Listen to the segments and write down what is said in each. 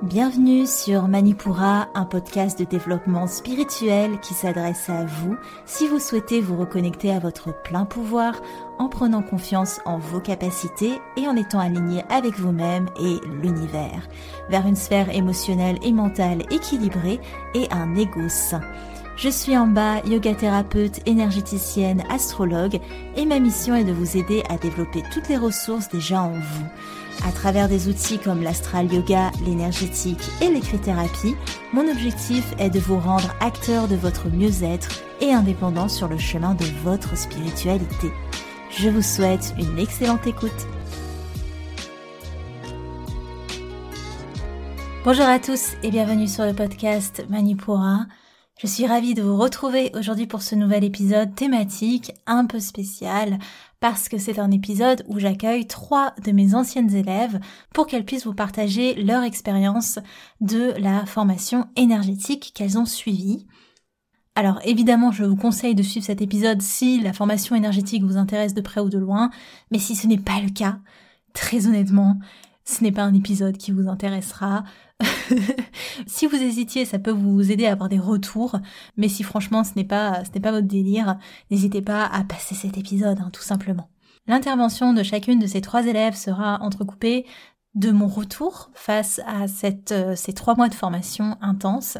Bienvenue sur Manipura, un podcast de développement spirituel qui s'adresse à vous si vous souhaitez vous reconnecter à votre plein pouvoir en prenant confiance en vos capacités et en étant aligné avec vous-même et l'univers, vers une sphère émotionnelle et mentale équilibrée et un ego sain. Je suis Amba, yoga thérapeute, énergéticienne, astrologue et ma mission est de vous aider à développer toutes les ressources déjà en vous. À travers des outils comme l'astral yoga, l'énergétique et l'écrit-thérapie, mon objectif est de vous rendre acteur de votre mieux-être et indépendant sur le chemin de votre spiritualité. Je vous souhaite une excellente écoute. Bonjour à tous et bienvenue sur le podcast Manipura. Je suis ravie de vous retrouver aujourd'hui pour ce nouvel épisode thématique un peu spécial parce que c'est un épisode où j'accueille 3 de mes anciennes élèves pour qu'elles puissent vous partager leur expérience de la formation énergétique qu'elles ont suivie. Alors évidemment, je vous conseille de suivre cet épisode si la formation énergétique vous intéresse de près ou de loin, mais si ce n'est pas le cas, très honnêtement, ce n'est pas un épisode qui vous intéressera. Si vous hésitiez, ça peut vous aider à avoir des retours, mais si franchement ce n'est pas votre délire, n'hésitez pas à passer cet épisode, tout simplement. L'intervention de chacune de ces 3 élèves sera entrecoupée de mon retour face à ces 3 mois de formation intense.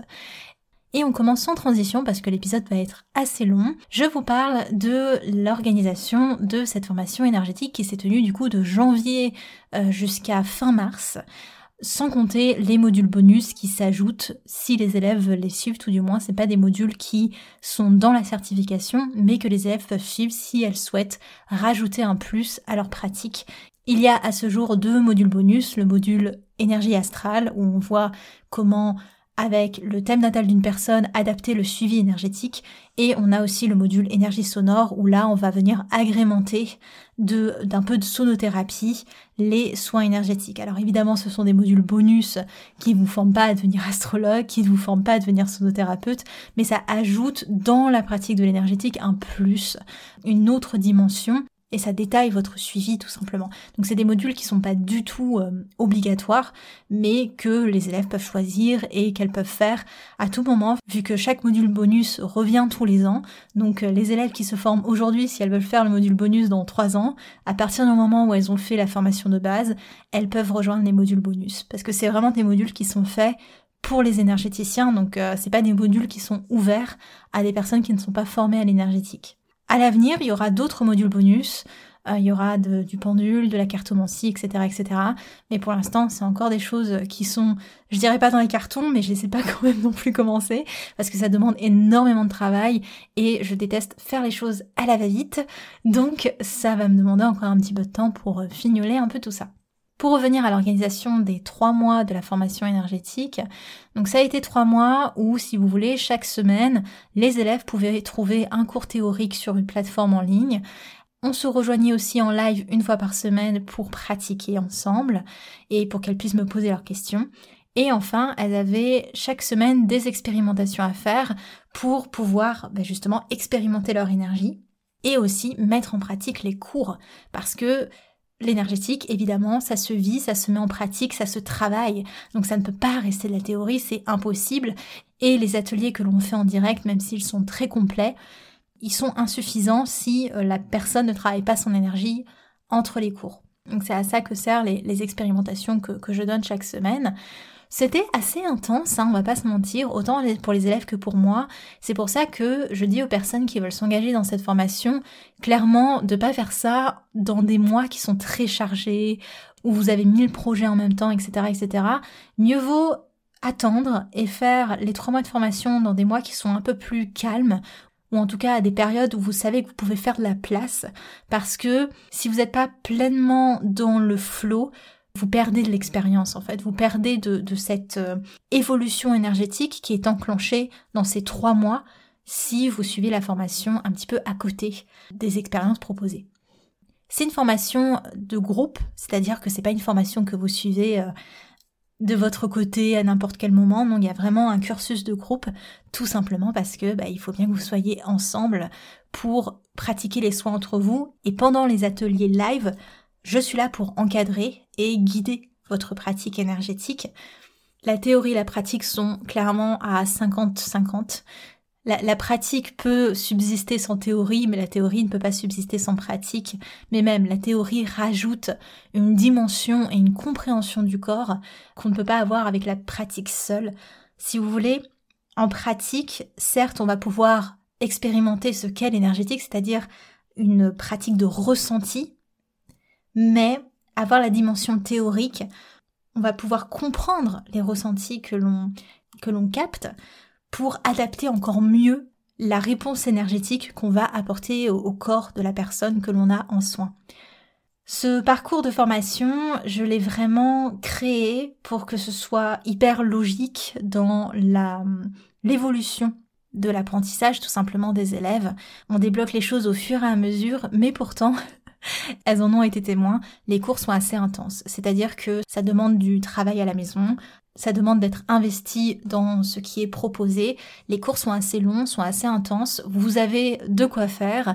Et on commence sans transition parce que l'épisode va être assez long. Je vous parle de l'organisation de cette formation énergétique qui s'est tenue du coup de janvier jusqu'à fin mars. Sans compter les modules bonus qui s'ajoutent si les élèves veulent les suivre, tout du moins, c'est pas des modules qui sont dans la certification, mais que les élèves peuvent suivre si elles souhaitent rajouter un plus à leur pratique. Il y a à ce jour 2 modules bonus, le module énergie astrale, où on voit comment, avec le thème natal d'une personne, adapter le suivi énergétique, et on a aussi le module énergie sonore, où là on va venir agrémenter d'un peu de sonothérapie les soins énergétiques. Alors évidemment ce sont des modules bonus qui ne vous forment pas à devenir astrologue, qui ne vous forment pas à devenir sonothérapeute, mais ça ajoute dans la pratique de l'énergétique un plus, une autre dimension, et ça détaille votre suivi tout simplement. Donc c'est des modules qui sont pas du tout obligatoires, mais que les élèves peuvent choisir et qu'elles peuvent faire à tout moment, vu que chaque module bonus revient tous les ans. Donc les élèves qui se forment aujourd'hui, si elles veulent faire le module bonus dans 3 ans, à partir du moment où elles ont fait la formation de base, elles peuvent rejoindre les modules bonus. Parce que c'est vraiment des modules qui sont faits pour les énergéticiens, donc c'est pas des modules qui sont ouverts à des personnes qui ne sont pas formées à l'énergétique. À l'avenir, il y aura d'autres modules bonus, il y aura du pendule, de la cartomancie, etc., etc. Mais pour l'instant, c'est encore des choses qui sont, je dirais pas dans les cartons, mais je sais pas quand même non plus commencer, parce que ça demande énormément de travail, et je déteste faire les choses à la va-vite, donc ça va me demander encore un petit peu de temps pour fignoler un peu tout ça. Pour revenir à l'organisation des 3 mois de la formation énergétique, donc ça a été 3 mois où, si vous voulez, chaque semaine, les élèves pouvaient trouver un cours théorique sur une plateforme en ligne. On se rejoignait aussi en live une fois par semaine pour pratiquer ensemble et pour qu'elles puissent me poser leurs questions. Et enfin, elles avaient chaque semaine des expérimentations à faire pour pouvoir justement expérimenter leur énergie et aussi mettre en pratique les cours, parce que l'énergétique, évidemment, ça se vit, ça se met en pratique, ça se travaille. Donc ça ne peut pas rester de la théorie, c'est impossible. Et les ateliers que l'on fait en direct, même s'ils sont très complets, ils sont insuffisants si la personne ne travaille pas son énergie entre les cours. Donc c'est à ça que servent les expérimentations que je donne chaque semaine. C'était assez intense, on va pas se mentir, autant pour les élèves que pour moi. C'est pour ça que je dis aux personnes qui veulent s'engager dans cette formation, clairement, de pas faire ça dans des mois qui sont très chargés, où vous avez 1000 projets en même temps, etc., etc. Mieux vaut attendre et faire les 3 mois de formation dans des mois qui sont un peu plus calmes, ou en tout cas à des périodes où vous savez que vous pouvez faire de la place, parce que si vous n'êtes pas pleinement dans le flow, vous perdez de l'expérience en fait, vous perdez de cette évolution énergétique qui est enclenchée dans ces 3 mois si vous suivez la formation un petit peu à côté des expériences proposées. C'est une formation de groupe, c'est-à-dire que c'est pas une formation que vous suivez de votre côté à n'importe quel moment. Non, il y a vraiment un cursus de groupe, tout simplement parce que il faut bien que vous soyez ensemble pour pratiquer les soins entre vous. Et pendant les ateliers live, je suis là pour encadrer et guider votre pratique énergétique. La théorie et la pratique sont clairement à 50-50. La pratique peut subsister sans théorie, mais la théorie ne peut pas subsister sans pratique. Mais même, la théorie rajoute une dimension et une compréhension du corps qu'on ne peut pas avoir avec la pratique seule. Si vous voulez, en pratique, certes, on va pouvoir expérimenter ce qu'est l'énergétique, c'est-à-dire une pratique de ressenti, mais avoir la dimension théorique, on va pouvoir comprendre les ressentis que l'on capte pour adapter encore mieux la réponse énergétique qu'on va apporter au corps de la personne que l'on a en soin. Ce parcours de formation, je l'ai vraiment créé pour que ce soit hyper logique dans l'évolution de l'apprentissage tout simplement des élèves. On débloque les choses au fur et à mesure, mais pourtant, elles en ont été témoins, les cours sont assez intenses. C'est-à-dire que ça demande du travail à la maison, ça demande d'être investi dans ce qui est proposé. Les cours sont assez longs, sont assez intenses. Vous avez de quoi faire.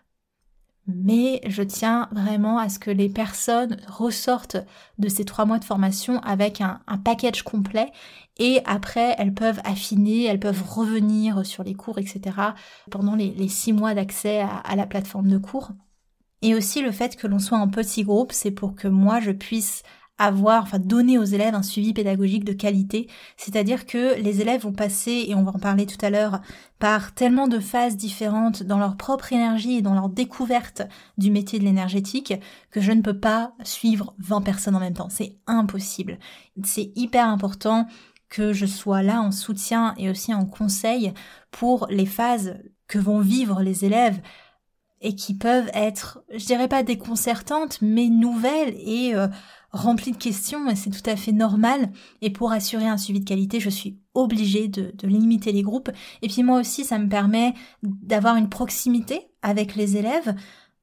Mais je tiens vraiment à ce que les personnes ressortent de ces 3 mois de formation avec un package complet. Et après, elles peuvent affiner, elles peuvent revenir sur les cours, etc. pendant les 6 mois d'accès à la plateforme de cours. Et aussi le fait que l'on soit en petit groupe, c'est pour que moi je puisse donner aux élèves un suivi pédagogique de qualité, c'est-à-dire que les élèves vont passer, et on va en parler tout à l'heure, par tellement de phases différentes dans leur propre énergie et dans leur découverte du métier de l'énergétique que je ne peux pas suivre 20 personnes en même temps, c'est impossible. C'est hyper important que je sois là en soutien et aussi en conseil pour les phases que vont vivre les élèves et qui peuvent être, je dirais pas déconcertantes, mais nouvelles et remplies de questions, et c'est tout à fait normal. Et pour assurer un suivi de qualité, je suis obligée de limiter les groupes. Et puis moi aussi, ça me permet d'avoir une proximité avec les élèves.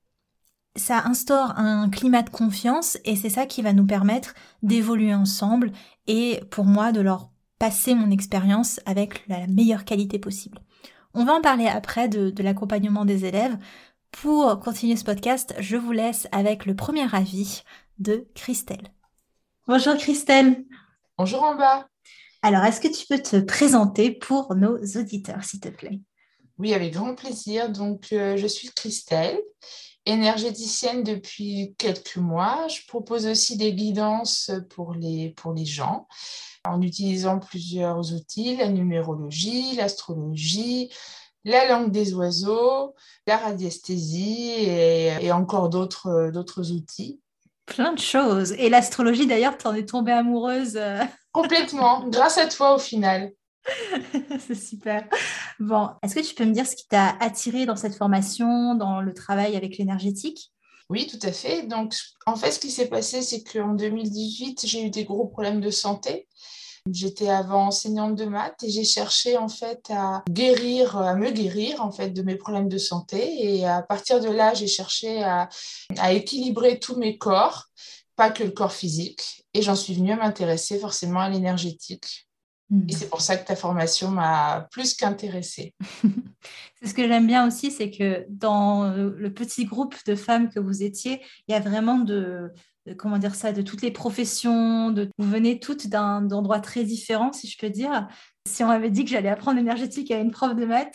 Ça instaure un climat de confiance, et c'est ça qui va nous permettre d'évoluer ensemble, et pour moi, de leur passer mon expérience avec la meilleure qualité possible. On va en parler après de l'accompagnement des élèves. Pour continuer ce podcast, je vous laisse avec le premier avis de Christelle. Bonjour Christelle. Bonjour Amba. Alors, est-ce que tu peux te présenter pour nos auditeurs, s'il te plaît? Oui, avec grand plaisir. Donc, je suis Christelle, énergéticienne depuis quelques mois. Je propose aussi des guidances pour les gens en utilisant plusieurs outils, la numérologie, l'astrologie, la langue des oiseaux, la radiesthésie et encore d'autres outils. Plein de choses. Et l'astrologie, d'ailleurs, t'en es tombée amoureuse. Complètement, grâce à toi au final. C'est super. Bon, est-ce que tu peux me dire ce qui t'a attiré dans cette formation, dans le travail avec l'énergétique? Oui, tout à fait. Donc, en fait, ce qui s'est passé, c'est qu'en 2018, j'ai eu des gros problèmes de santé. J'étais avant enseignante de maths et j'ai cherché en fait à me guérir en fait de mes problèmes de santé. Et à partir de là, j'ai cherché à équilibrer tous mes corps, pas que le corps physique. Et j'en suis venue à m'intéresser forcément à l'énergétique. Et c'est pour ça que ta formation m'a plus qu'intéressée. C'est ce que j'aime bien aussi, c'est que dans le petit groupe de femmes que vous étiez, il y a vraiment comment dire ça, de toutes les professions, vous venez toutes d'endroits très différents, si je peux dire. Si on m'avait dit que j'allais apprendre l'énergétique à une prof de maths.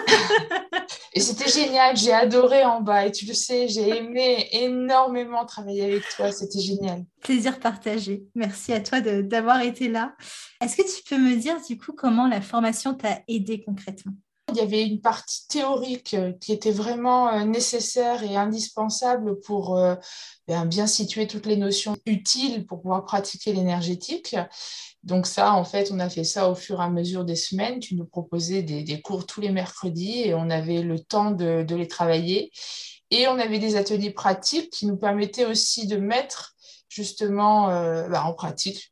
Et c'était génial, j'ai adoré en bas. Et tu le sais, j'ai aimé énormément travailler avec toi, c'était génial. Plaisir partagé. Merci à toi d'avoir été là. Est-ce que tu peux me dire du coup comment la formation t'a aidé concrètement? Il y avait une partie théorique qui était vraiment nécessaire et indispensable pour bien situer toutes les notions utiles pour pouvoir pratiquer l'énergétique. Donc ça, en fait, on a fait ça au fur et à mesure des semaines. Tu nous proposais des cours tous les mercredis et on avait le temps de les travailler. Et on avait des ateliers pratiques qui nous permettaient aussi de mettre justement en pratique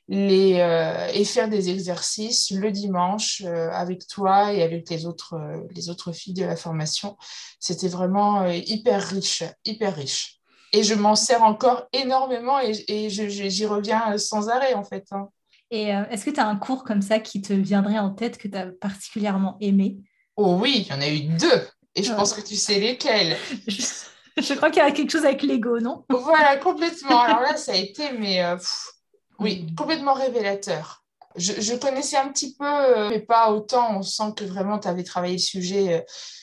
et faire des exercices le dimanche avec toi et avec les autres filles de la formation. C'était vraiment hyper riche, hyper riche. Et je m'en sers encore énormément et j'y reviens sans arrêt en fait. Hein. Et est-ce que tu as un cours comme ça qui te viendrait en tête que tu as particulièrement aimé? Oh oui, il y en a eu 2 et je pense que tu sais lesquels. Je crois qu'il y a quelque chose avec l'ego, non? Voilà, complètement. Alors là, ça a été, mais oui, complètement révélateur. Je connaissais un petit peu, mais pas autant. On sent que vraiment tu avais travaillé le sujet.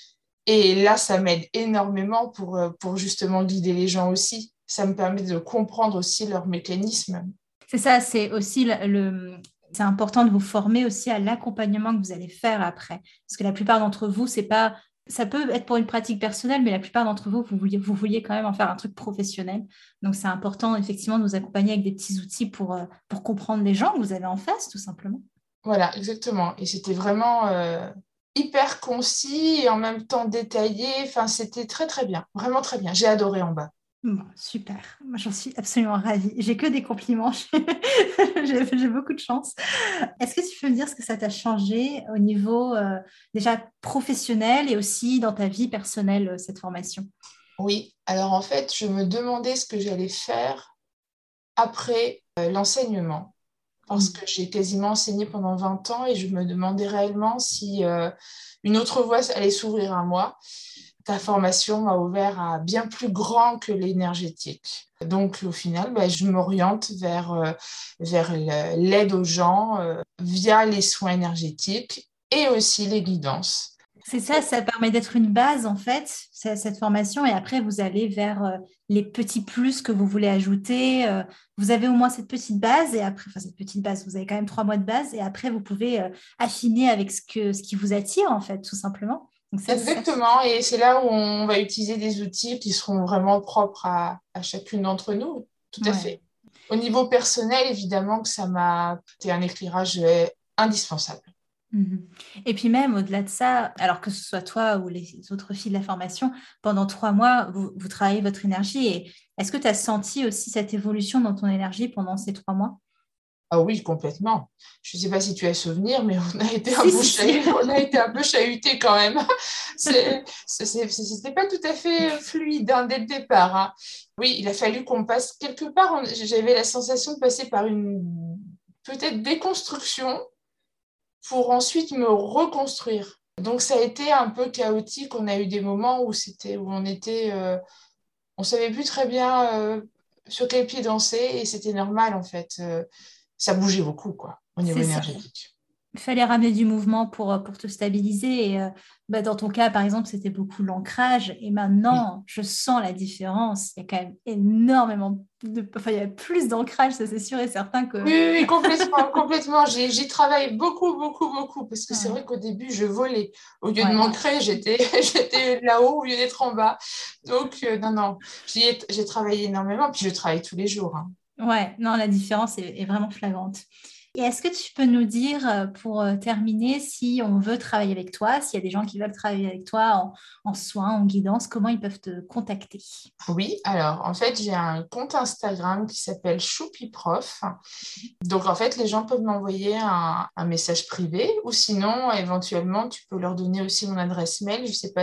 Et là, ça m'aide énormément pour justement guider les gens aussi. Ça me permet de comprendre aussi leurs mécanismes. C'est ça, c'est aussi c'est important de vous former aussi à l'accompagnement que vous allez faire après. Parce que la plupart d'entre vous, c'est pas, ça peut être pour une pratique personnelle, mais la plupart d'entre vous, vous vouliez quand même en faire un truc professionnel. Donc, c'est important, effectivement, de vous accompagner avec des petits outils pour comprendre les gens que vous avez en face, tout simplement. Voilà, exactement. Et c'était vraiment hyper concis et en même temps détaillé. Enfin, c'était très, très bien. Vraiment très bien. J'ai adoré en bas. Bon, super. Moi, j'en suis absolument ravie. J'ai que des compliments. J'ai beaucoup de chance. Est-ce que tu peux me dire ce que ça t'a changé au niveau déjà professionnel et aussi dans ta vie personnelle, cette formation? Oui, alors en fait, je me demandais ce que j'allais faire après l'enseignement. Parce Mm. que j'ai quasiment enseigné pendant 20 ans et je me demandais réellement si une autre voie allait s'ouvrir à moi. Ta formation m'a ouvert à bien plus grand que l'énergétique. Donc, au final, je m'oriente vers l'aide aux gens via les soins énergétiques et aussi les guidances. C'est ça, ça permet d'être une base en fait, cette formation, et après vous allez vers les petits plus que vous voulez ajouter. Vous avez au moins cette petite base, et après, enfin cette petite base, vous avez quand même 3 mois de base, et après vous pouvez affiner avec ce qui vous attire en fait, tout simplement. Donc ça, Exactement, et c'est là où on va utiliser des outils qui seront vraiment propres à chacune d'entre nous. Tout à ouais. fait. Au niveau personnel, évidemment que ça m'a été un éclairage indispensable. Mhm. Et puis même au-delà de ça, alors que ce soit toi ou les autres filles de la formation, pendant 3 mois, vous travaillez votre énergie. Et est-ce que tu as senti aussi cette évolution dans ton énergie pendant ces 3 mois? Ah oui, complètement. Je ne sais pas si tu as souvenir, mais on a été un Si, peu si, si. on a été un peu chahuté quand même. C'était pas tout à fait fluide hein, dès le départ. Hein. Oui, il a fallu qu'on passe quelque part. J'avais la sensation de passer par une peut-être déconstruction pour ensuite me reconstruire. Donc ça a été un peu chaotique. On a eu des moments où on était, on savait plus très bien sur quel pied danser et c'était normal en fait. Ça bougeait beaucoup quoi au niveau C'est ça. énergétique. Il fallait ramener du mouvement pour te stabiliser. Et dans ton cas, par exemple, c'était beaucoup l'ancrage. Et Oui. maintenant, je sens la différence. Il y a quand même énormément Enfin, il y a plus d'ancrage, ça c'est sûr et certain Oui, que... oui, oui, complètement, complètement. J'y travaille beaucoup, beaucoup, beaucoup, parce que c'est Ouais, vrai qu'au début, je volais. Au lieu de ouais. m'ancrer, j'étais là-haut au lieu d'être en bas. Donc, non, non, j'ai travaillé énormément, puis je travaille tous les jours. Hein. Ouais, non, la différence est vraiment flagrante. Et est-ce que tu peux nous dire, pour terminer, si on veut travailler avec toi, s'il y a des gens qui veulent travailler avec toi en soins, en guidance, comment ils peuvent te contacter? Oui, alors, en fait, j'ai un compte Instagram qui s'appelle Choupi-Prof. Donc, en fait, les gens peuvent m'envoyer un message privé ou sinon, éventuellement, tu peux leur donner aussi mon adresse mail. Je ne sais pas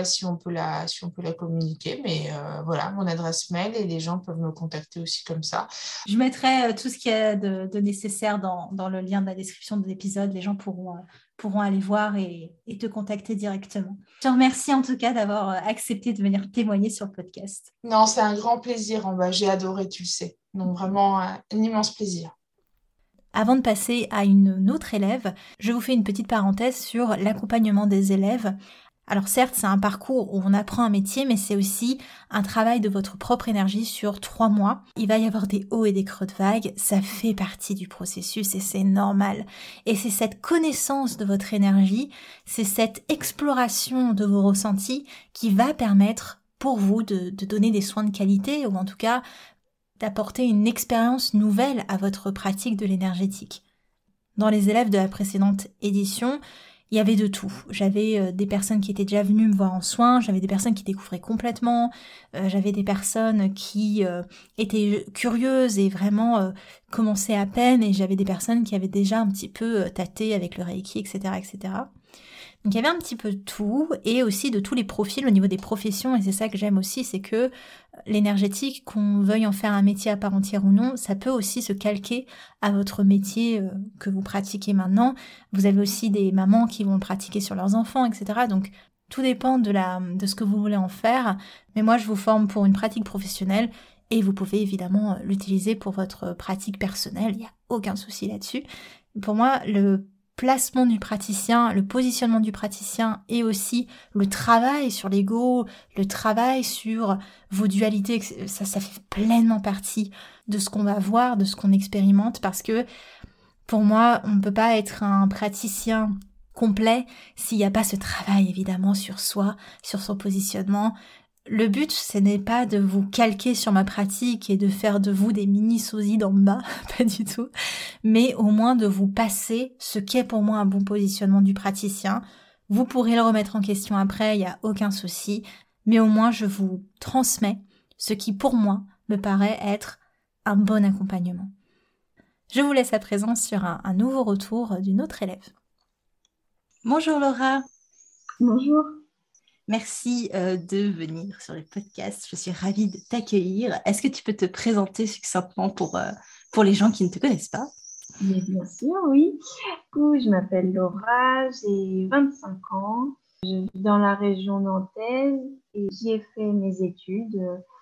si on peut la communiquer, mais voilà, mon adresse mail et les gens peuvent me contacter aussi comme ça. Je mettrai tout ce qu'il y a de nécessaire dans le lien de la description de l'épisode. Les gens pourront aller voir et te contacter directement. Je te remercie en tout cas d'avoir accepté de venir témoigner sur le podcast. Non, c'est un grand plaisir en bas. J'ai adoré, tu le sais. Donc, vraiment, un immense plaisir. Avant de passer à une autre élève, je vous fais une petite parenthèse sur l'accompagnement des élèves. Alors certes, c'est un parcours où on apprend un métier, mais c'est aussi un travail de votre propre énergie sur 3 mois. Il va y avoir des hauts et des creux de vagues, ça fait partie du processus et c'est normal. Et c'est cette connaissance de votre énergie, c'est cette exploration de vos ressentis qui va permettre pour vous de donner des soins de qualité, ou en tout cas d'apporter une expérience nouvelle à votre pratique de l'énergétique. Dans les élèves de la précédente édition, il y avait de tout. J'avais des personnes qui étaient déjà venues me voir en soins, j'avais des personnes qui découvraient complètement, j'avais des personnes qui étaient curieuses et vraiment commençaient à peine, et j'avais des personnes qui avaient déjà un petit peu tâté avec le Reiki, etc., etc. Donc il y avait un petit peu de tout, et aussi de tous les profils au niveau des professions, et c'est ça que j'aime aussi, c'est que l'énergétique, qu'on veuille en faire un métier à part entière ou non, ça peut aussi se calquer à votre métier que vous pratiquez maintenant. Vous avez aussi des mamans qui vont le pratiquer sur leurs enfants, etc. Donc tout dépend de ce que vous voulez en faire, mais moi je vous forme pour une pratique professionnelle, et vous pouvez évidemment l'utiliser pour votre pratique personnelle, il n'y a aucun souci là-dessus. Pour moi, le placement du praticien, le positionnement du praticien et aussi le travail sur l'ego, le travail sur vos dualités, ça fait pleinement partie de ce qu'on va voir, de ce qu'on expérimente, parce que pour moi, on ne peut pas être un praticien complet s'il n'y a pas ce travail évidemment sur soi, sur son positionnement. Le but, ce n'est pas de vous calquer sur ma pratique et de faire de vous des mini-sosies en bas, pas du tout, mais au moins de vous passer ce qu'est pour moi un bon positionnement du praticien. Vous pourrez le remettre en question après, il n'y a aucun souci, mais au moins je vous transmets ce qui pour moi me paraît être un bon accompagnement. Je vous laisse à présent sur un nouveau retour d'une autre élève. Bonjour Laura. Bonjour. Merci de venir sur le podcast. Je suis ravie de t'accueillir. Est-ce que tu peux te présenter succinctement pour les gens qui ne te connaissent pas? Mais bien sûr, oui. Du coup, je m'appelle Laura, j'ai 25 ans. Je vis dans la région nantaise et j'y ai fait mes études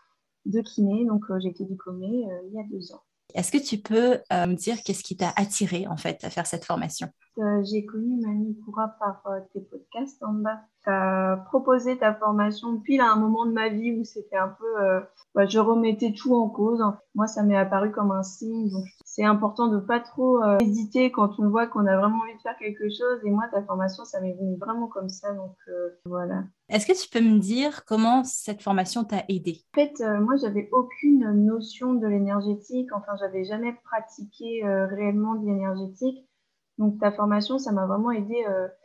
de kiné. Donc, j'ai été diplômée il y a 2 ans. Est-ce que tu peux me dire qu'est-ce qui t'a attiré en fait à faire cette formation? J'ai connu Manipura par tes podcasts en bas. Tu as proposé ta formation pile à un moment de ma vie où c'était un peu... je remettais tout en cause. Moi, ça m'est apparu comme un signe. Donc, c'est important de pas trop hésiter quand on voit qu'on a vraiment envie de faire quelque chose. Et moi, ta formation, ça m'est venu vraiment comme ça. Donc, voilà. Est-ce que tu peux me dire comment cette formation t'a aidée? En fait, moi, j'avais aucune notion de l'énergétique. Enfin, j'avais jamais pratiqué réellement de l'énergétique. Donc, ta formation, ça m'a vraiment aidé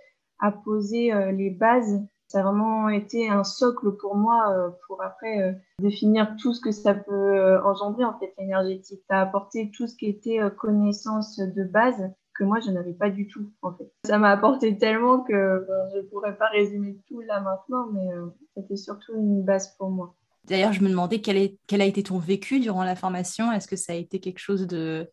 à poser les bases. Ça a vraiment été un socle pour moi pour après définir tout ce que ça peut engendrer, en fait, l'énergétique. Ça a apporté tout ce qui était connaissance de base que moi, je n'avais pas du tout, en fait. Ça m'a apporté tellement que je ne pourrais pas résumer tout là maintenant, mais c'était surtout une base pour moi. D'ailleurs, je me demandais quel a été ton vécu durant la formation. Est-ce que ça a été quelque chose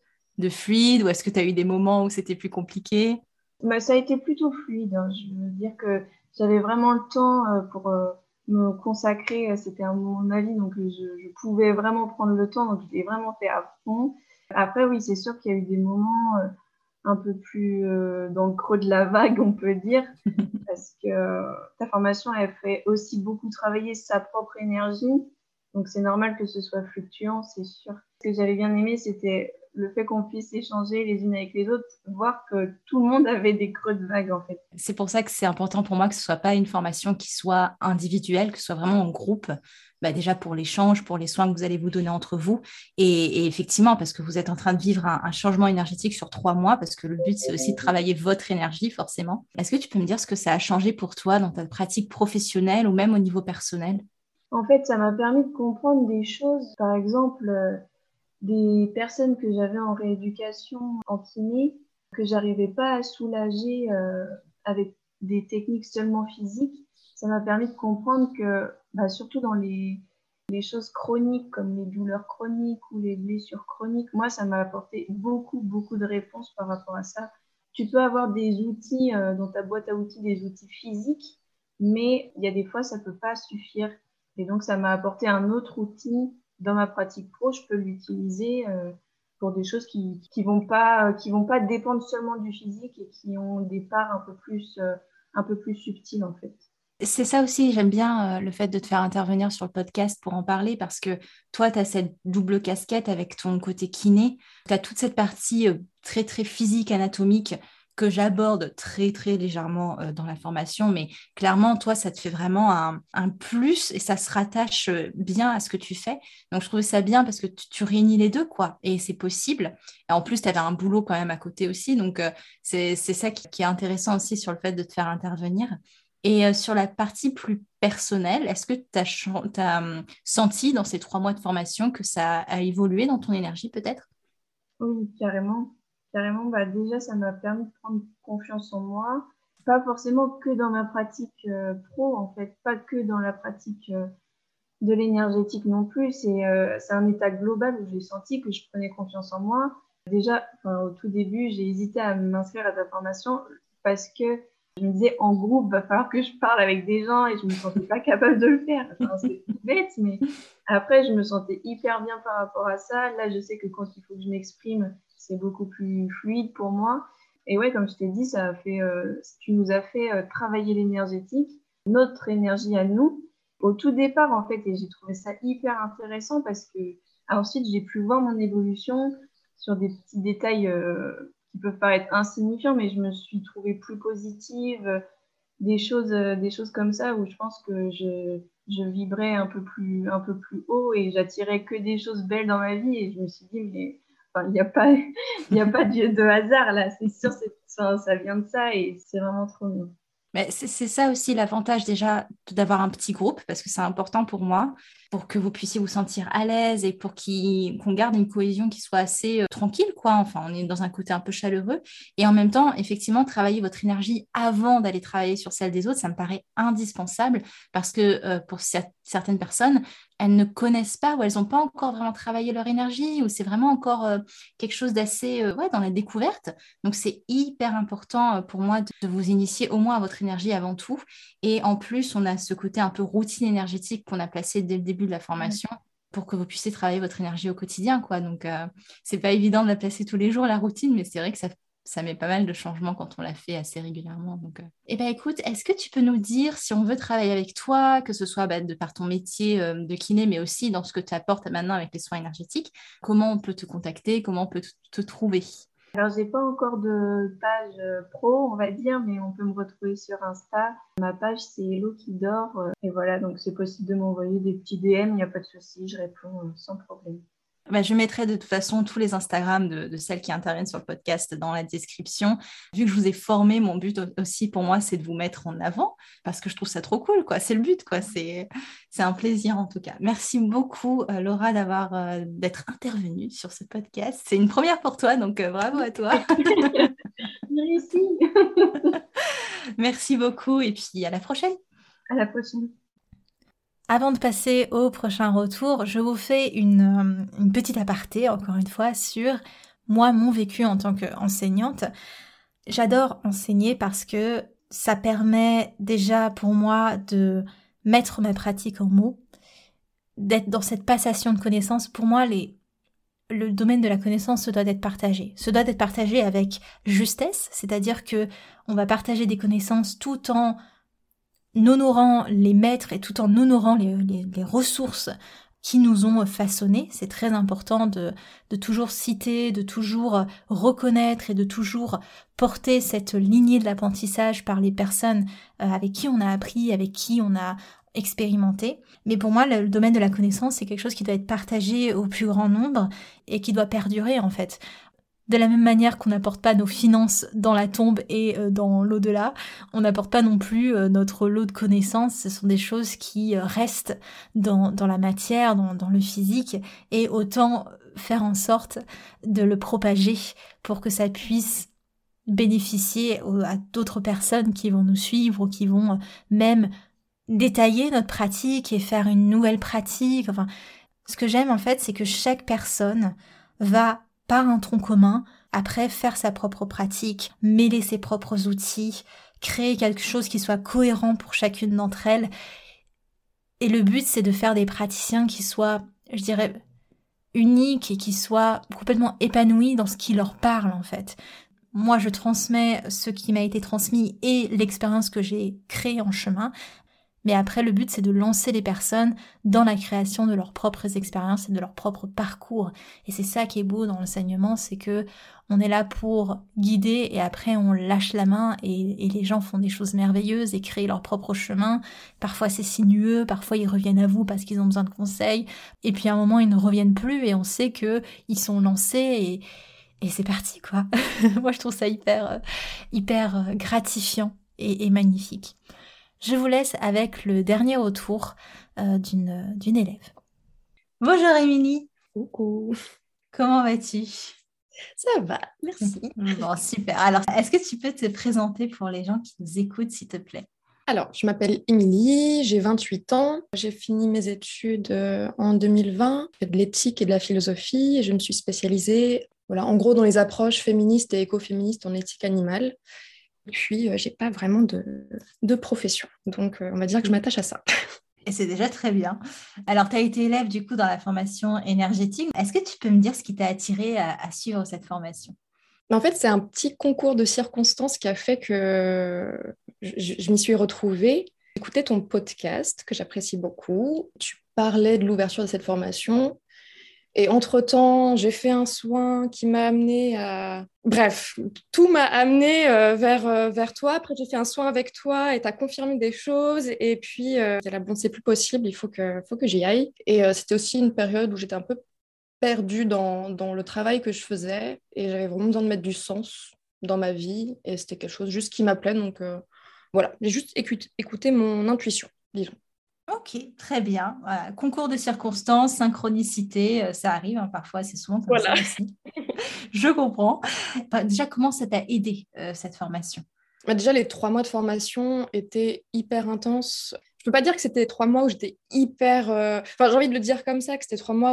de fluide ou est-ce que tu as eu des moments où c'était plus compliqué? Ça a été plutôt fluide. Je veux dire que j'avais vraiment le temps pour me consacrer. C'était un moment de ma vie, donc je pouvais vraiment prendre le temps. Donc, je l'ai vraiment fait à fond. Après, oui, c'est sûr qu'il y a eu des moments un peu plus dans le creux de la vague, on peut dire, parce que ta formation, elle fait aussi beaucoup travailler sa propre énergie. Donc, c'est normal que ce soit fluctuant, c'est sûr. Ce que j'avais bien aimé, c'était le fait qu'on puisse échanger les unes avec les autres, voir que tout le monde avait des creux de vague, en fait. C'est pour ça que c'est important pour moi que ce ne soit pas une formation qui soit individuelle, que ce soit vraiment en groupe, déjà pour l'échange, pour les soins que vous allez vous donner entre vous. Et effectivement, parce que vous êtes en train de vivre un changement énergétique sur 3 mois, parce que le but, c'est aussi de travailler votre énergie, forcément. Est-ce que tu peux me dire ce que ça a changé pour toi dans ta pratique professionnelle ou même au niveau personnel? En fait, ça m'a permis de comprendre des choses. Par exemple, des personnes que j'avais en rééducation en kiné, que j'arrivais pas à soulager avec des techniques seulement physiques. Ça m'a permis de comprendre que, surtout dans les choses chroniques comme les douleurs chroniques ou les blessures chroniques, moi, ça m'a apporté beaucoup, beaucoup de réponses par rapport à ça. Tu peux avoir des outils dans ta boîte à outils, des outils physiques, mais il y a des fois, ça peut pas suffire. Et donc, ça m'a apporté un autre outil dans ma pratique pro. Je peux l'utiliser pour des choses qui vont pas dépendre seulement du physique et qui ont des parts un peu plus subtiles, en fait. C'est ça aussi, j'aime bien le fait de te faire intervenir sur le podcast pour en parler parce que toi, tu as cette double casquette avec ton côté kiné. Tu as toute cette partie très, très physique, anatomique que j'aborde très, très légèrement dans la formation. Mais clairement, toi, ça te fait vraiment un plus et ça se rattache bien à ce que tu fais. Donc, je trouve ça bien parce que tu réunis les deux, quoi. Et c'est possible. Et en plus, tu avais un boulot quand même à côté aussi. Donc, c'est ça qui est intéressant aussi sur le fait de te faire intervenir. Et sur la partie plus personnelle, est-ce que tu as senti dans ces 3 mois de formation que ça a évolué dans ton énergie peut-être? Oui, carrément. Carrément, déjà, ça m'a permis de prendre confiance en moi. Pas forcément que dans ma pratique pro, en fait, pas que dans la pratique de l'énergétique non plus. C'est un état global où j'ai senti que je prenais confiance en moi. Déjà, au tout début, j'ai hésité à m'inscrire à ta formation parce que je me disais, en groupe, va falloir que je parle avec des gens et je me sentais pas capable de le faire. Enfin, c'est tout bête, mais après, je me sentais hyper bien par rapport à ça. Là, je sais que quand il faut que je m'exprime, c'est beaucoup plus fluide pour moi. Et ouais, comme je t'ai dit, tu nous as fait travailler l'énergétique, notre énergie à nous, au tout départ, en fait. Et j'ai trouvé ça hyper intéressant parce que ensuite, j'ai pu voir mon évolution sur des petits détails qui peuvent paraître insignifiants, mais je me suis trouvée plus positive, des choses comme ça où je pense que je vibrais un peu plus haut et j'attirais que des choses belles dans ma vie. Et je me suis dit, mais enfin, il n'y a pas, il y a pas de hasard là, c'est sûr, ça vient de ça et c'est vraiment trop bien. Mais c'est ça aussi l'avantage déjà d'avoir un petit groupe, parce que c'est important pour moi, pour que vous puissiez vous sentir à l'aise et pour qu'on garde une cohésion qui soit assez tranquille, quoi. Enfin, on est dans un côté un peu chaleureux. Et en même temps, effectivement, travailler votre énergie avant d'aller travailler sur celle des autres, ça me paraît indispensable, parce que pour certaines personnes, elles ne connaissent pas ou elles n'ont pas encore vraiment travaillé leur énergie, ou c'est vraiment encore quelque chose d'assez ouais, dans la découverte. Donc, c'est hyper important pour moi de vous initier au moins à votre énergie avant tout. Et en plus, on a ce côté un peu routine énergétique qu'on a placé dès le début de la formation pour que vous puissiez travailler votre énergie au quotidien, quoi. Donc, c'est pas évident de la placer tous les jours, la routine, mais c'est vrai que ça met pas mal de changements quand on la fait assez régulièrement. Donc, Eh ben, écoute, est-ce que tu peux nous dire si on veut travailler avec toi, que ce soit de par ton métier de kiné, mais aussi dans ce que tu apportes maintenant avec les soins énergétiques, comment on peut te contacter, comment on peut te trouver? Alors, j'ai pas encore de page pro, on va dire, mais on peut me retrouver sur Insta. Ma page, c'est Hello qui dort. Et voilà, donc c'est possible de m'envoyer des petits DM, il n'y a pas de souci, je réponds sans problème. Bah, je mettrai de toute façon tous les Instagrams de celles qui interviennent sur le podcast dans la description. Vu que je vous ai formé, mon but aussi pour moi, c'est de vous mettre en avant parce que je trouve ça trop cool, quoi. C'est le but, quoi. C'est un plaisir en tout cas. Merci beaucoup, Laura, d'être intervenue sur ce podcast. C'est une première pour toi, donc bravo à toi. Merci. Merci beaucoup et puis à la prochaine. À la prochaine. Avant de passer au prochain retour, je vous fais une petite aparté, encore une fois, sur moi, mon vécu en tant qu'enseignante. J'adore enseigner parce que ça permet déjà pour moi de mettre ma pratique en mots, d'être dans cette passation de connaissances. Pour moi, le domaine de la connaissance se doit d'être partagé. Se doit d'être partagé avec justesse, c'est-à-dire que on va partager des connaissances tout en honorant les maîtres et tout en honorant les ressources qui nous ont façonnés. C'est très important de toujours citer, de toujours reconnaître et de toujours porter cette lignée de l'apprentissage par les personnes avec qui on a appris, avec qui on a expérimenté. Mais pour moi, le domaine de la connaissance, c'est quelque chose qui doit être partagé au plus grand nombre et qui doit perdurer en fait. De la même manière qu'on n'apporte pas nos finances dans la tombe et dans l'au-delà, on n'apporte pas non plus notre lot de connaissances. Ce sont des choses qui restent dans la matière, dans le physique, et autant faire en sorte de le propager pour que ça puisse bénéficier à d'autres personnes qui vont nous suivre ou qui vont même détailler notre pratique et faire une nouvelle pratique. Enfin, ce que j'aime en fait, c'est que chaque personne va par un tronc commun, après faire sa propre pratique, mêler ses propres outils, créer quelque chose qui soit cohérent pour chacune d'entre elles. Et le but, c'est de faire des praticiens qui soient, je dirais, uniques et qui soient complètement épanouis dans ce qui leur parle, en fait. Moi, je transmets ce qui m'a été transmis et l'expérience que j'ai créée en chemin. Mais après, le but, c'est de lancer les personnes dans la création de leurs propres expériences et de leur propre parcours. Et c'est ça qui est beau dans l'enseignement, c'est que on est là pour guider et après on lâche la main et les gens font des choses merveilleuses et créent leur propre chemin. Parfois c'est sinueux, parfois ils reviennent à vous parce qu'ils ont besoin de conseils. Et puis à un moment, ils ne reviennent plus et on sait que ils sont lancés et c'est parti, quoi. Moi, je trouve ça hyper gratifiant et magnifique. Je vous laisse avec le dernier retour d'une élève. Bonjour Émilie. Coucou. Comment vas-tu? Ça va, merci. Bon, super. Alors, est-ce que tu peux te présenter pour les gens qui nous écoutent, s'il te plaît? Alors, je m'appelle Émilie, j'ai 28 ans. J'ai fini mes études en 2020. J'ai fait de l'éthique et de la philosophie et je me suis spécialisée en gros dans les approches féministes et écoféministes en éthique animale. Et puis, j'ai pas vraiment de profession. Donc, on va dire que je m'attache à ça. Et c'est déjà très bien. Alors, tu as été élève du coup dans la formation énergétique. Est-ce que tu peux me dire ce qui t'a attiré à suivre cette formation? Mais en fait, c'est un petit concours de circonstances qui a fait que je m'y suis retrouvée. J'écoutais ton podcast, que j'apprécie beaucoup. Tu parlais de l'ouverture de cette formation. Et entre-temps, j'ai fait un soin qui m'a amené à... Bref, tout m'a amené vers toi. Après, j'ai fait un soin avec toi et tu as confirmé des choses. Et puis, là, bon, c'est plus possible, il faut que j'y aille. Et c'était aussi une période où j'étais un peu perdue dans le travail que je faisais. Et j'avais vraiment besoin de mettre du sens dans ma vie. Et c'était quelque chose juste qui m'appelait. Donc, voilà, j'ai juste écouté mon intuition, disons. Ok, très bien. Voilà. Concours de circonstances, synchronicité, ça arrive hein, parfois, c'est souvent comme Voilà. ça aussi. Je comprends. Enfin, déjà, comment ça t'a aidé, cette formation? Bah, déjà, les 3 mois de formation étaient hyper intenses. Je peux pas dire que c'était 3 mois où j'étais hyper... Enfin, j'ai envie de le dire comme ça, que c'était 3 mois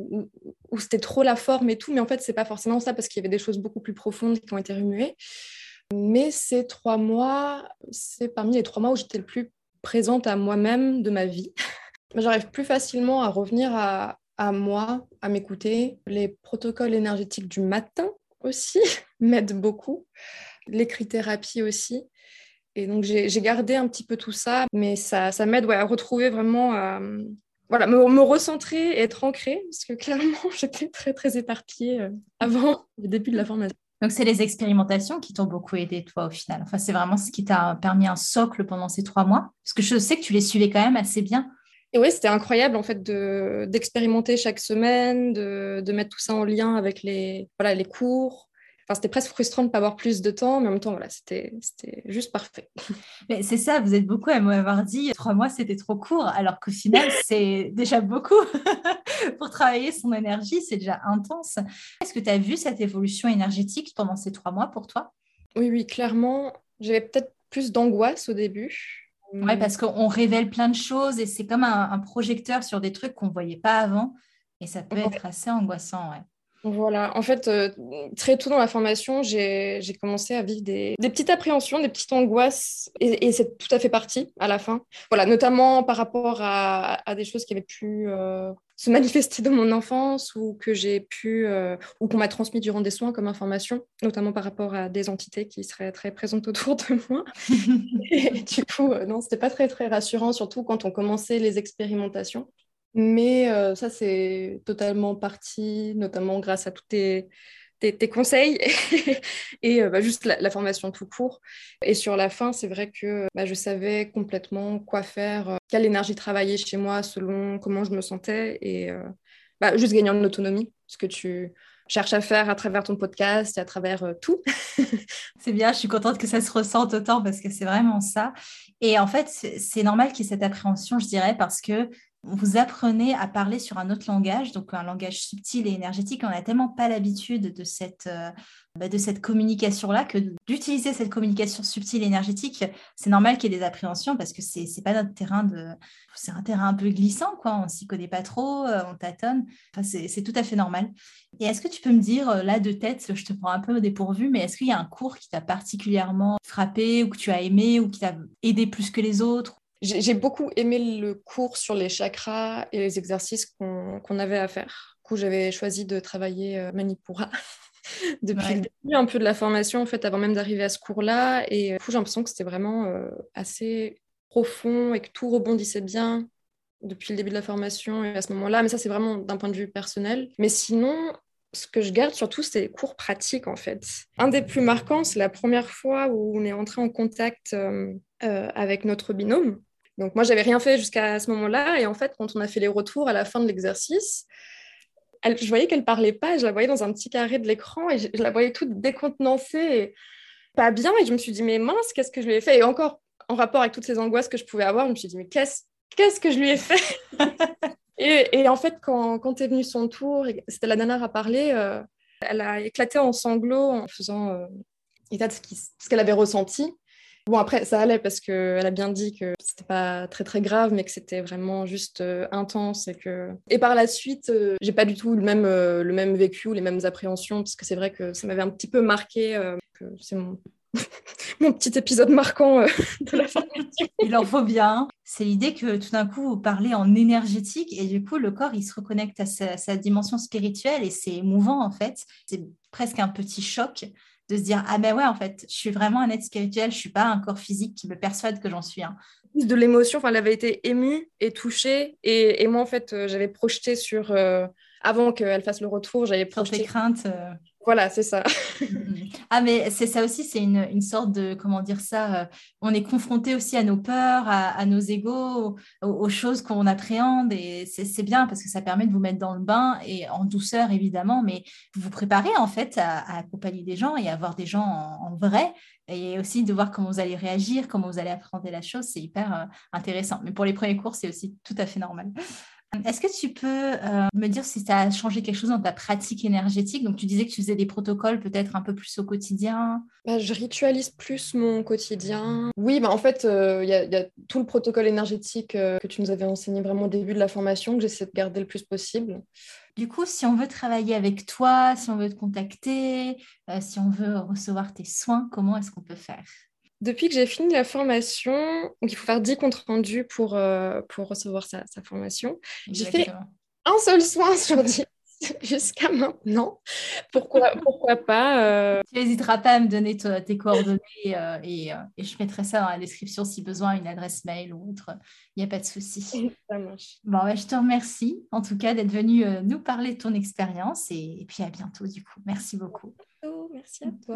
où c'était trop la forme et tout, mais en fait, c'est pas forcément ça parce qu'il y avait des choses beaucoup plus profondes qui ont été remuées. Mais ces 3 mois, c'est parmi les 3 mois où j'étais le plus présente à moi-même de ma vie. J'arrive plus facilement à revenir à moi, à m'écouter. Les protocoles énergétiques du matin aussi m'aident beaucoup. L'écrit-thérapie aussi. Et donc, j'ai gardé un petit peu tout ça, mais ça m'aide à retrouver vraiment, voilà, me recentrer et être ancrée, parce que clairement, j'étais très, très éparpillée avant le début de la formation. Donc, c'est les expérimentations qui t'ont beaucoup aidé, toi, au final. Enfin, c'est vraiment ce qui t'a permis un socle pendant ces 3 mois. Parce que je sais que tu les suivais quand même assez bien. Et oui, c'était incroyable, en fait, d'expérimenter chaque semaine, de mettre tout ça en lien avec voilà, les cours. Enfin, c'était presque frustrant de ne pas avoir plus de temps, mais en même temps, voilà, c'était juste parfait. Mais c'est ça, vous êtes beaucoup à m'avoir dit 3 mois, c'était trop court, alors qu'au final, c'est déjà beaucoup. Pour travailler son énergie, c'est déjà intense. Est-ce que tu as vu cette évolution énergétique pendant ces 3 mois pour toi? Oui, oui, clairement, j'avais peut-être plus d'angoisse au début. Ouais, parce qu'on révèle plein de choses et c'est comme un projecteur sur des trucs qu'on ne voyait pas avant. Et ça peut être assez angoissant, ouais. Voilà, en fait, très tôt dans la formation, j'ai commencé à vivre des petites appréhensions, des petites angoisses, et c'est tout à fait parti à la fin. Voilà, notamment par rapport à des choses qui avaient pu se manifester dans mon enfance ou que j'ai pu, ou qu'on m'a transmis durant des soins comme information, notamment par rapport à des entités qui seraient très présentes autour de moi. Et du coup, non, c'était pas très, très rassurant, surtout quand on commençait les expérimentations. Mais ça, c'est totalement parti, notamment grâce à tous tes conseils et juste la formation tout court. Et sur la fin, c'est vrai que je savais complètement quoi faire, quelle énergie travailler chez moi selon comment je me sentais et juste gagner en autonomie, ce que tu cherches à faire à travers ton podcast et à travers tout. C'est bien, je suis contente que ça se ressente autant parce que c'est vraiment ça. Et en fait, c'est normal qu'il y ait cette appréhension, je dirais, parce que vous apprenez à parler sur un autre langage, donc un langage subtil et énergétique. On n'a tellement pas l'habitude de cette communication-là que d'utiliser cette communication subtile et énergétique, c'est normal qu'il y ait des appréhensions parce que c'est pas notre terrain c'est un terrain un peu glissant, quoi. On s'y connaît pas trop, on tâtonne. Enfin, c'est tout à fait normal. Et est-ce que tu peux me dire, là de tête, je te prends un peu au dépourvu, mais est-ce qu'il y a un cours qui t'a particulièrement frappé ou que tu as aimé ou qui t'a aidé plus que les autres? J'ai beaucoup aimé le cours sur les chakras et les exercices qu'on avait à faire. Du coup, j'avais choisi de travailler Manipura depuis le début un peu de la formation, en fait, avant même d'arriver à ce cours-là. Et du coup, j'ai l'impression que c'était vraiment assez profond et que tout rebondissait bien depuis le début de la formation et à ce moment-là. Mais ça, c'est vraiment d'un point de vue personnel. Mais sinon, ce que je garde surtout, c'est les cours pratiques, en fait. Un des plus marquants, c'est la première fois où on est entré en contact avec notre binôme. Donc moi, j'avais rien fait jusqu'à ce moment-là. Et en fait, quand on a fait les retours à la fin de l'exercice, je voyais qu'elle parlait pas. Je la voyais dans un petit carré de l'écran et je la voyais toute décontenancée et pas bien. Et je me suis dit, mais mince, qu'est-ce que je lui ai fait? Et encore, en rapport avec toutes ces angoisses que je pouvais avoir, je me suis dit, mais qu'est-ce que je lui ai fait? et en fait, quand est venu son tour, et c'était la dernière à parler, elle a éclaté en sanglots en faisant état de ce qu'elle avait ressenti. Bon, après, ça allait parce qu'elle a bien dit que c'était pas très, très grave, mais que c'était vraiment juste intense. Et par la suite, j'ai pas du tout le même vécu ou les mêmes appréhensions, parce que c'est vrai que ça m'avait un petit peu marqué. Que c'est mon petit épisode marquant de la formation. Il en faut bien. C'est l'idée que tout d'un coup, vous parlez en énergétique et du coup, le corps, il se reconnecte à sa dimension spirituelle et c'est émouvant en fait. C'est presque un petit choc de se dire « Ah ben ouais, en fait, je suis vraiment un être spirituel, je ne suis pas un corps physique qui me persuade que j'en suis un. » De l'émotion, elle avait été émue et touchée et moi, en fait, j'avais projeté sur... avant qu'elle fasse le retour, j'avais projeté... Sur tes craintes. Voilà, c'est ça. Ah, mais c'est ça aussi, c'est une sorte de, comment dire ça, on est confronté aussi à nos peurs, à nos égos, aux choses qu'on appréhende et c'est bien parce que ça permet de vous mettre dans le bain et en douceur évidemment, mais vous vous préparez en fait à accompagner des gens et à voir des gens en vrai et aussi de voir comment vous allez réagir, comment vous allez appréhender la chose, c'est hyper intéressant. Mais pour les premiers cours, c'est aussi tout à fait normal. Est-ce que tu peux me dire si ça a changé quelque chose dans ta pratique énergétique? Donc, tu disais que tu faisais des protocoles peut-être un peu plus au quotidien. Je ritualise plus mon quotidien. Oui, en fait, y a tout le protocole énergétique que tu nous avais enseigné vraiment au début de la formation, que j'essaie de garder le plus possible. Du coup, si on veut travailler avec toi, si on veut te contacter, si on veut recevoir tes soins, comment est-ce qu'on peut faire? Depuis que j'ai fini la formation, donc il faut faire 10 comptes rendus pour recevoir sa formation. Exactement. J'ai fait un seul soin sur 10 jusqu'à maintenant. Pourquoi pas Tu n'hésiteras pas à me donner tes coordonnées et je mettrai ça dans la description si besoin, une adresse mail ou autre. Il n'y a pas de souci. Ça marche. Bon, je te remercie en tout cas d'être venu nous parler de ton expérience et puis à bientôt du coup. Merci beaucoup. Merci à toi.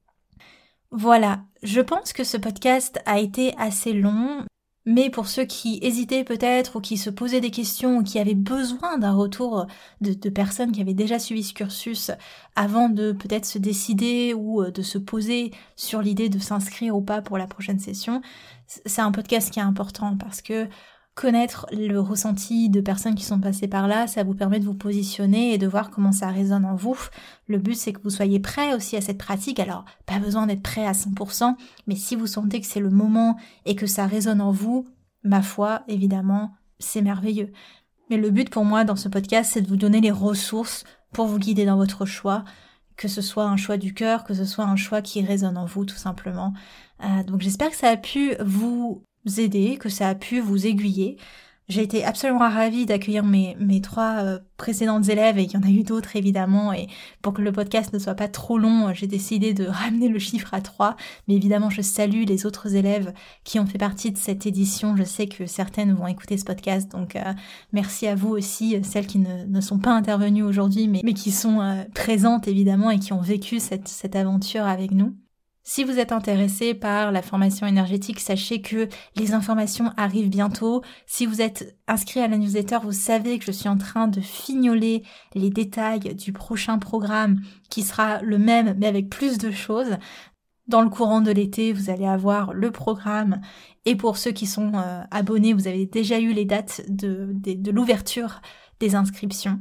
Voilà, je pense que ce podcast a été assez long, mais pour ceux qui hésitaient peut-être ou qui se posaient des questions ou qui avaient besoin d'un retour de personnes qui avaient déjà suivi ce cursus avant de peut-être se décider ou de se poser sur l'idée de s'inscrire ou pas pour la prochaine session, c'est un podcast qui est important parce que connaître le ressenti de personnes qui sont passées par là, ça vous permet de vous positionner et de voir comment ça résonne en vous. Le but, c'est que vous soyez prêts aussi à cette pratique. Alors, pas besoin d'être prêt à 100%, mais si vous sentez que c'est le moment et que ça résonne en vous, ma foi, évidemment, c'est merveilleux. Mais le but pour moi dans ce podcast, c'est de vous donner les ressources pour vous guider dans votre choix, que ce soit un choix du cœur, que ce soit un choix qui résonne en vous, tout simplement. Donc j'espère que ça a pu vous aider, que ça a pu vous aiguiller. J'ai été absolument ravie d'accueillir mes 3 précédentes élèves et il y en a eu d'autres évidemment et pour que le podcast ne soit pas trop long, j'ai décidé de ramener le chiffre à 3 mais évidemment je salue les autres élèves qui ont fait partie de cette édition. Je sais que certaines vont écouter ce podcast donc merci à vous aussi, celles qui ne sont pas intervenues aujourd'hui mais qui sont présentes évidemment et qui ont vécu cette aventure avec nous. Si vous êtes intéressé par la formation énergétique, sachez que les informations arrivent bientôt. Si vous êtes inscrit à la newsletter, vous savez que je suis en train de fignoler les détails du prochain programme qui sera le même mais avec plus de choses. Dans le courant de l'été, vous allez avoir le programme et pour ceux qui sont abonnés, vous avez déjà eu les dates de l'ouverture des inscriptions.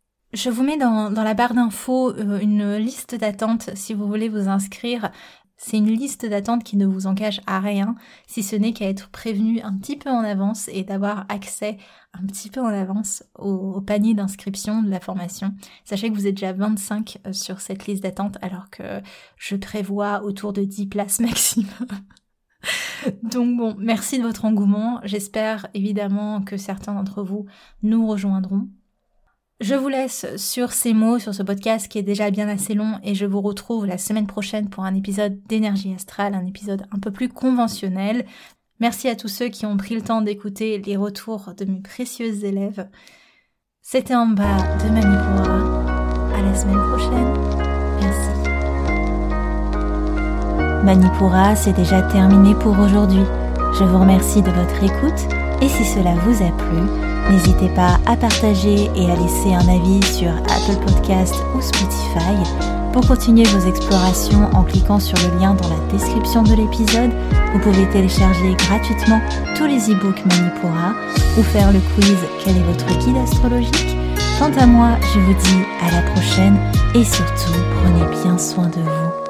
Je vous mets dans la barre d'infos une liste d'attente si vous voulez vous inscrire. C'est une liste d'attente qui ne vous engage à rien, si ce n'est qu'à être prévenu un petit peu en avance et d'avoir accès un petit peu en avance au panier d'inscription de la formation. Sachez que vous êtes déjà 25 sur cette liste d'attente alors que je prévois autour de 10 places maximum. Donc bon, merci de votre engouement. J'espère évidemment que certains d'entre vous nous rejoindront. Je vous laisse sur ces mots, sur ce podcast qui est déjà bien assez long et je vous retrouve la semaine prochaine pour un épisode d'énergie astrale, un épisode un peu plus conventionnel. Merci à tous ceux qui ont pris le temps d'écouter les retours de mes précieuses élèves. C'était en bas de Manipura. À la semaine prochaine. Merci. Manipura, c'est déjà terminé pour aujourd'hui. Je vous remercie de votre écoute et si cela vous a plu, n'hésitez pas à partager et à laisser un avis sur Apple Podcast ou Spotify. Pour continuer vos explorations en cliquant sur le lien dans la description de l'épisode, vous pouvez télécharger gratuitement tous les e-books Manipura ou faire le quiz « Quel est votre guide astrologique ?» Quant à moi, je vous dis à la prochaine et surtout, prenez bien soin de vous.